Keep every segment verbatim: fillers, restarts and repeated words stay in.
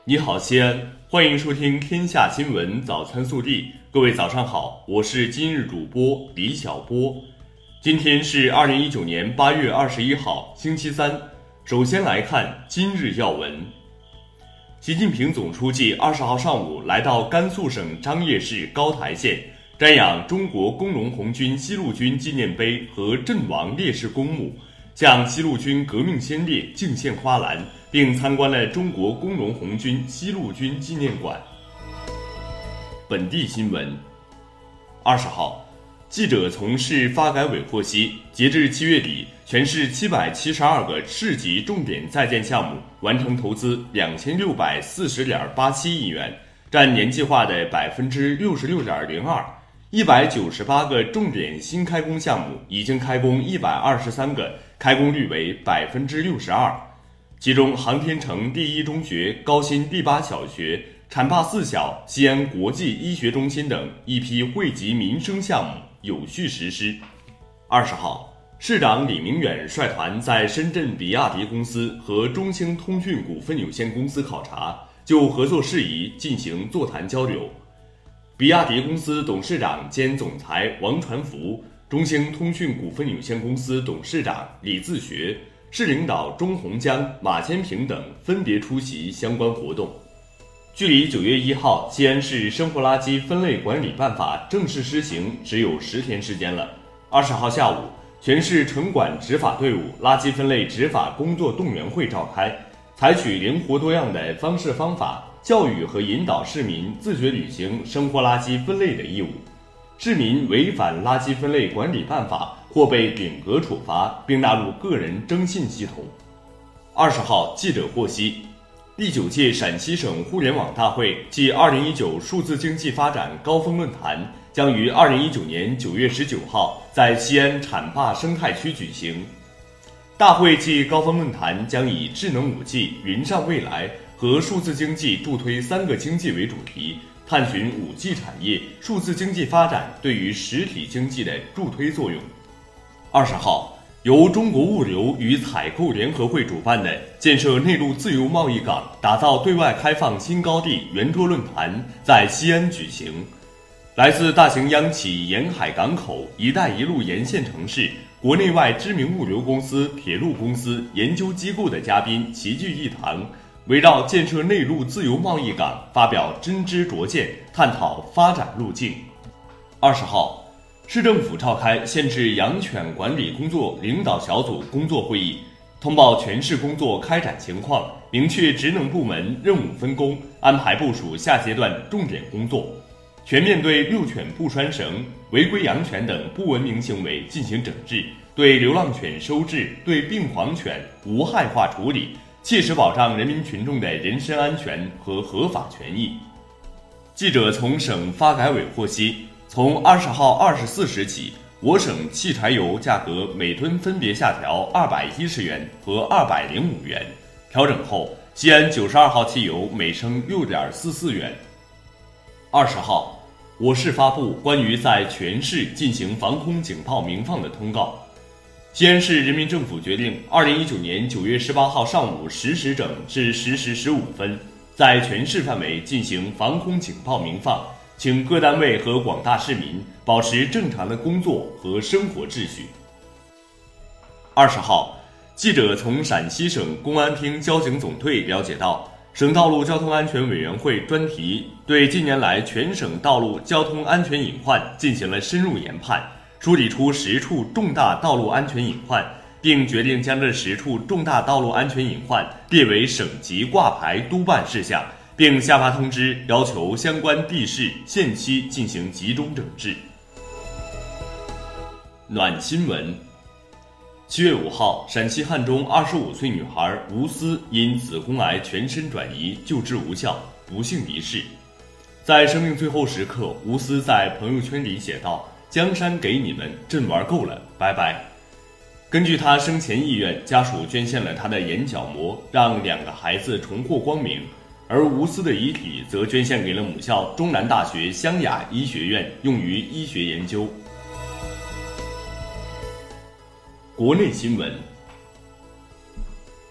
你好，西安，欢迎收听《天下新闻早餐速递》。各位早上好，我是今日主播李小波。今天是二零一九年八月二十一号，星期三。首先来看今日要闻。习近平总书记二十号上午来到甘肃省张掖市高台县，瞻仰中国工农红军西路军纪念碑和阵亡烈士公墓，向西路军革命先烈敬献花篮，并参观了中国工农红军西路军纪念馆。本地新闻。二十号，记者从市发改委获悉，截至七月底，全市七百七十二个市级重点在建项目完成投资两千六百四十点八七亿元，占年计划的百分之六十六点零二。一百九十八个重点新开工项目已经开工一百二十三个，开工率为百分之六十二。其中，航天城第一中学、高新第八小学、浐灞四小、西安国际医学中心等一批惠及民生项目有序实施。二十号，市长李明远率团在深圳比亚迪公司和中兴通讯股份有限公司考察，就合作事宜进行座谈交流。比亚迪公司董事长兼总裁王传福、中兴通讯股份有限公司董事长李自学、市领导钟洪江、马坚平等分别出席相关活动。距离九月一号西安市生活垃圾分类管理办法正式施行只有十天时间了。二十号下午，全市城管执法队伍垃圾分类执法工作动员会召开，采取灵活多样的方式方法，教育和引导市民自觉履行生活垃圾分类的义务。市民违反垃圾分类管理办法或被顶格处罚，并纳入个人征信系统。二十号，记者获悉，第九届陕西省互联网大会暨二零一九数字经济发展高峰论坛将于二零一九年九月十九号在西安浐灞生态区举行。大会暨高峰论坛将以智能五 G、云上未来和数字经济助推三个经济为主题，探寻 五 G 产业、数字经济发展对于实体经济的助推作用。二十号，由中国物流与采购联合会主办的建设内陆自由贸易港、打造对外开放新高地圆桌论坛在西安举行。来自大型央企、沿海港口、一带一路沿线城市、国内外知名物流公司、铁路公司、研究机构的嘉宾齐聚一堂，围绕建设内陆自由贸易港发表真知灼见，探讨发展路径。二十号，市政府召开县市养犬管理工作领导小组工作会议，通报全市工作开展情况，明确职能部门任务分工，安排部署下阶段重点工作，全面对遛犬不拴绳、违规养犬等不文明行为进行整治，对流浪犬收治、对病黄犬无害化处理，切实保障人民群众的人身安全和合法权益。记者从省发改委获悉，从二十号二十四时起，我省汽柴油价格每吨分别下调二百一十元和二百零五元，调整后，西安九十二号汽油每升六点四四元。二十号，我市发布关于在全市进行防空警报鸣放的通告。西安市人民政府决定，二零一九年九月十八号上午十时整至十时十五分，在全市范围进行防空警报鸣放，请各单位和广大市民保持正常的工作和生活秩序。二十号，记者从陕西省公安厅交警总队了解到，省道路交通安全委员会专题对近年来全省道路交通安全隐患进行了深入研判，梳理出十处重大道路安全隐患，并决定将这十处重大道路安全隐患列为省级挂牌督办事项，并下发通知，要求相关地市限期进行集中整治。暖新闻。七月五号，陕西汉中二十五岁女孩吴思因子宫癌全身转移救治无效，不幸离世。在生命最后时刻，吴思在朋友圈里写道：“江山给你们，朕玩够了，拜拜。”根据她生前意愿，家属捐献了她的眼角膜，让两个孩子重获光明。而吴思的遗体则捐献给了母校中南大学湘雅医学院，用于医学研究。国内新闻。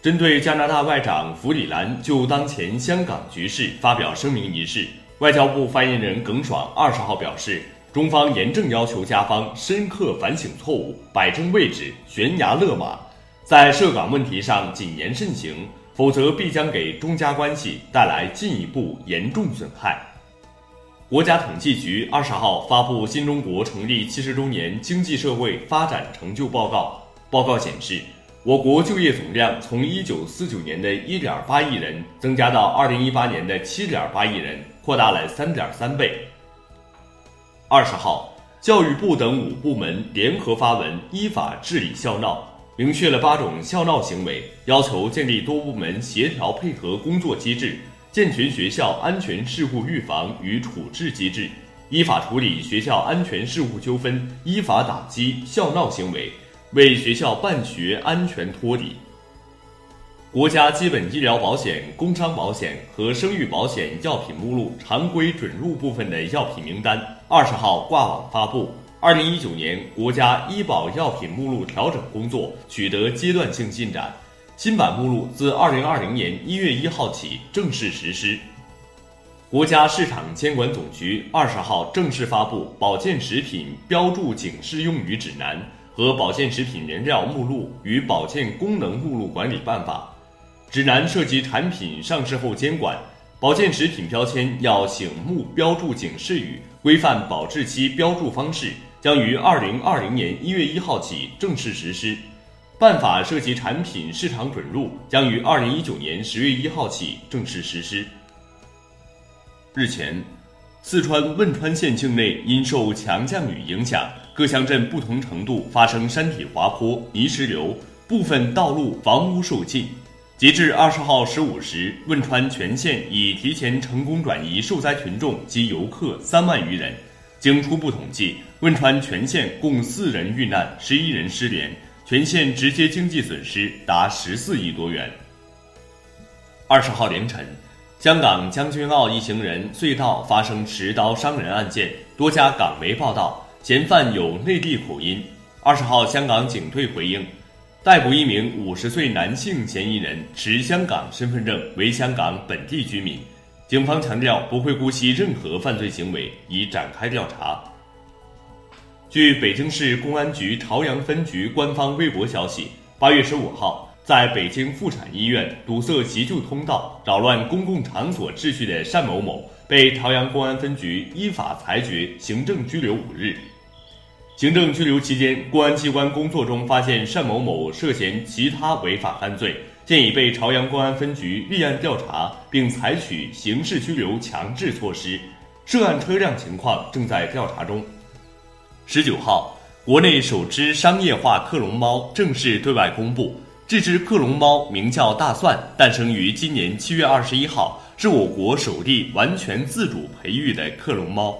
针对加拿大外长弗里兰就当前香港局势发表声明一事，外交部发言人耿爽二十号表示，中方严正要求加方深刻反省错误，摆正位置，悬崖勒马，在涉港问题上谨言慎行，否则必将给中加关系带来进一步严重损害。国家统计局二十号发布新中国成立七十周年经济社会发展成就报告，报告显示，我国就业总量从一九四九年的 一点八亿人增加到二零一八年的 七点八亿人，扩大了 三点三倍。二十号，教育部等五部门联合发文依法治理校闹，明确了八种校闹行为，要求建立多部门协调配合工作机制，健全学校安全事故预防与处置机制，依法处理学校安全事务纠纷，依法打击校闹行为，为学校办学安全托底。国家基本医疗保险、工伤保险和生育保险药品目录常规准入部分的药品名单二十号挂网发布。二零一九年国家医保药品目录调整工作取得阶段性进展，新版目录自二零二零年一月一号起正式实施。国家市场监管总局二十号正式发布保健食品标注警示用语指南和保健食品原料目录与保健功能目录管理办法。指南涉及产品上市后监管，保健食品标签要醒目标注警示语，规范保质期标注方式，将于二零二零年一月一号起正式实施。办法涉及产品市场准入，将于二零一九年十月一号起正式实施。日前，四川汶川县境内因受强降雨影响，各乡镇不同程度发生山体滑坡、泥石流，部分道路、房屋受浸。截至二十号十五时，汶川全县已提前成功转移受灾群众及游客三万余人。经初步统计，汶川全县共四人遇难，十一人失联，全县直接经济损失达十四亿多元。二十号凌晨，香港将军澳一行人隧道发生持刀伤人案件，多家港媒报道，嫌犯有内地口音。二十号，香港警队回应，逮捕一名五十岁男性嫌疑人，持香港身份证，为香港本地居民。警方强调不会姑息任何犯罪行为，已展开调查。据北京市公安局朝阳分局官方微博消息，八月十五号，在北京妇产医院堵塞急救通道，扰乱公共场所秩序的单某某，被朝阳公安分局依法裁决行政拘留五日。行政拘留期间，公安机关工作中发现单某某涉嫌其他违法犯罪，现已被朝阳公安分局立案调查，并采取刑事拘留强制措施。涉案车辆情况正在调查中。十九号，国内首只商业化克隆猫正式对外公布。这只克隆猫名叫大蒜，诞生于今年七月二十一号，是我国首例完全自主培育的克隆猫。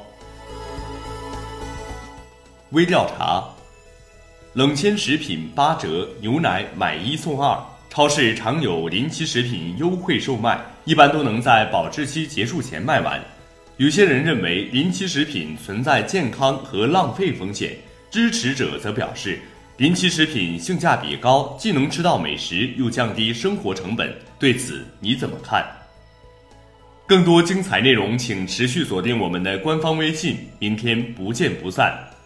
微调查：冷鲜食品八折，牛奶买一送二。超市常有临期食品优惠售卖，一般都能在保质期结束前卖完。有些人认为临期食品存在健康和浪费风险，支持者则表示，临期食品性价比高，既能吃到美食，又降低生活成本。对此你怎么看？更多精彩内容，请持续锁定我们的官方微信。明天不见不散。